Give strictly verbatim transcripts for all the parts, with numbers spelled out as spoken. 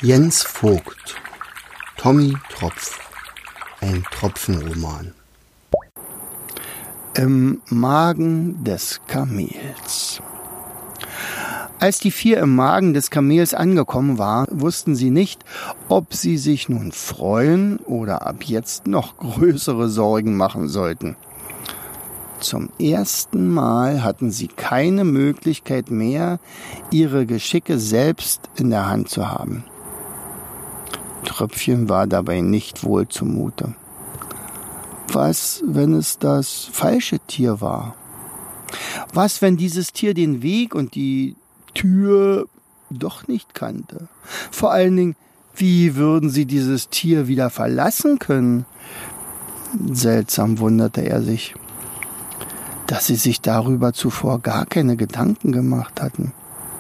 Jens Vogt, Tommy Tropf, ein Tropfenroman. Im Magen des Kamels. Als die vier im Magen des Kamels angekommen waren, wussten sie nicht, ob sie sich nun freuen oder ab jetzt noch größere Sorgen machen sollten. Zum ersten Mal hatten sie keine Möglichkeit mehr, ihre Geschicke selbst in der Hand zu haben. Tröpfchen war dabei nicht wohl zumute. Was, wenn es das falsche Tier war? Was, wenn dieses Tier den Weg und die Tür doch nicht kannte? Vor allen Dingen, wie würden sie dieses Tier wieder verlassen können? Seltsam wunderte er sich, dass sie sich darüber zuvor gar keine Gedanken gemacht hatten.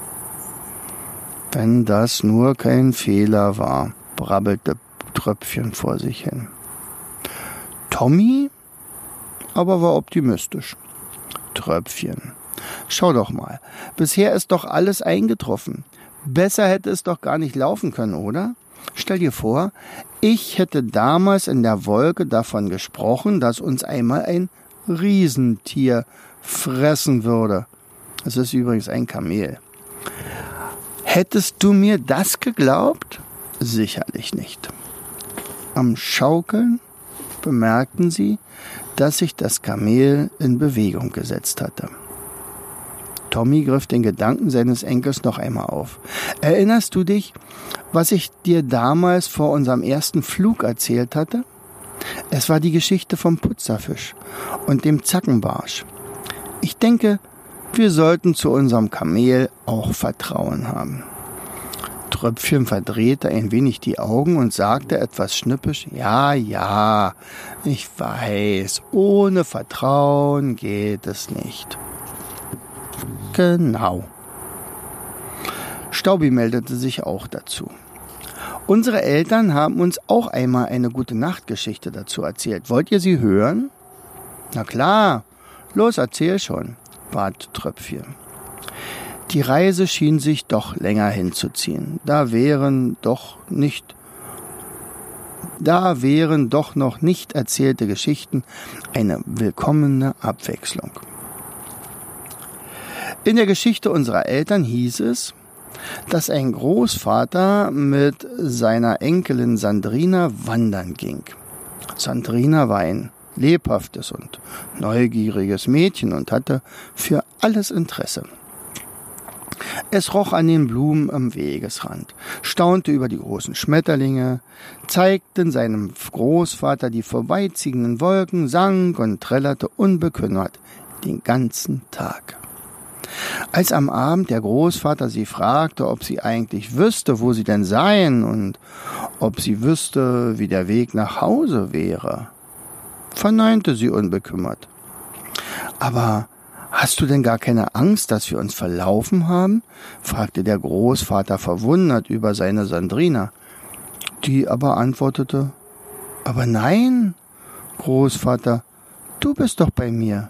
Wenn das nur kein Fehler war, brabbelte Tröpfchen vor sich hin. Tommy aber war optimistisch. Tröpfchen, schau doch mal, bisher ist doch alles eingetroffen. Besser hätte es doch gar nicht laufen können, oder? Stell dir vor, ich hätte damals in der Wolke davon gesprochen, dass uns einmal ein Riesentier fressen würde. Es ist übrigens ein Kamel. Hättest du mir das geglaubt? Sicherlich nicht. Am Schaukeln bemerkten sie, dass sich das Kamel in Bewegung gesetzt hatte. Tommy griff den Gedanken seines Enkels noch einmal auf. Erinnerst du dich, was ich dir damals vor unserem ersten Flug erzählt hatte? Es war die Geschichte vom Putzerfisch und dem Zackenbarsch. Ich denke, wir sollten zu unserem Kamel auch Vertrauen haben. Tröpfchen verdrehte ein wenig die Augen und sagte etwas schnippisch, ja, ja, ich weiß, ohne Vertrauen geht es nicht. Genau. Staubi meldete sich auch dazu. Unsere Eltern haben uns auch einmal eine Gute-Nacht-Geschichte dazu erzählt. Wollt ihr sie hören? Na klar, los, erzähl schon, bat Tröpfchen. Die Reise schien sich doch länger hinzuziehen. Da wären doch nicht, da wären doch noch nicht erzählte Geschichten eine willkommene Abwechslung. In der Geschichte unserer Eltern hieß es, dass ein Großvater mit seiner Enkelin Sandrina wandern ging. Sandrina war ein lebhaftes und neugieriges Mädchen und hatte für alles Interesse. Es roch an den Blumen am Wegesrand, staunte über die großen Schmetterlinge, zeigte seinem Großvater die vorbeiziehenden Wolken, sang und trällerte unbekümmert den ganzen Tag. Als am Abend der Großvater sie fragte, ob sie eigentlich wüsste, wo sie denn seien und ob sie wüsste, wie der Weg nach Hause wäre, verneinte sie unbekümmert. Aber hast du denn gar keine Angst, dass wir uns verlaufen haben? Fragte der Großvater verwundert über seine Sandrina. Die aber antwortete, aber nein, Großvater, du bist doch bei mir.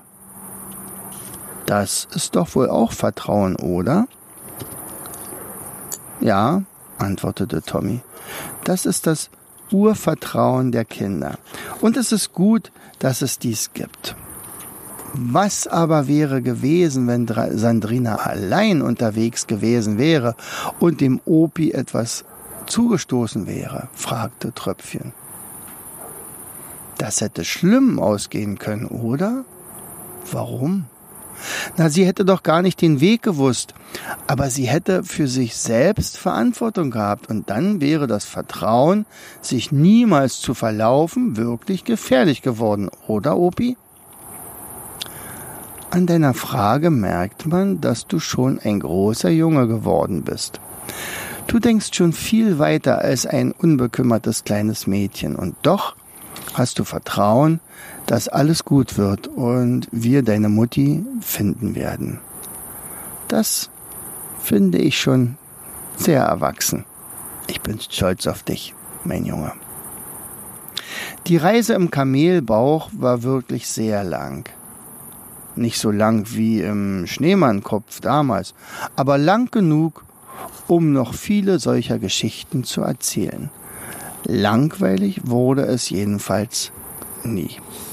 Das ist doch wohl auch Vertrauen, oder? Ja, antwortete Tommy. Das ist das Urvertrauen der Kinder. Und es ist gut, dass es dies gibt. Was aber wäre gewesen, wenn Sandrina allein unterwegs gewesen wäre und dem Opi etwas zugestoßen wäre? Fragte Tröpfchen. Das hätte schlimm ausgehen können, oder? Warum? Na, sie hätte doch gar nicht den Weg gewusst, aber sie hätte für sich selbst Verantwortung gehabt und dann wäre das Vertrauen, sich niemals zu verlaufen, wirklich gefährlich geworden, oder, Opi? An deiner Frage merkt man, dass du schon ein großer Junge geworden bist. Du denkst schon viel weiter als ein unbekümmertes kleines Mädchen und doch hast du Vertrauen, dass alles gut wird und wir deine Mutti finden werden. Das finde ich schon sehr erwachsen. Ich bin stolz auf dich, mein Junge. Die Reise im Kamelbauch war wirklich sehr lang. Nicht so lang wie im Schneemannkopf damals, aber lang genug, um noch viele solcher Geschichten zu erzählen. Langweilig wurde es jedenfalls nie.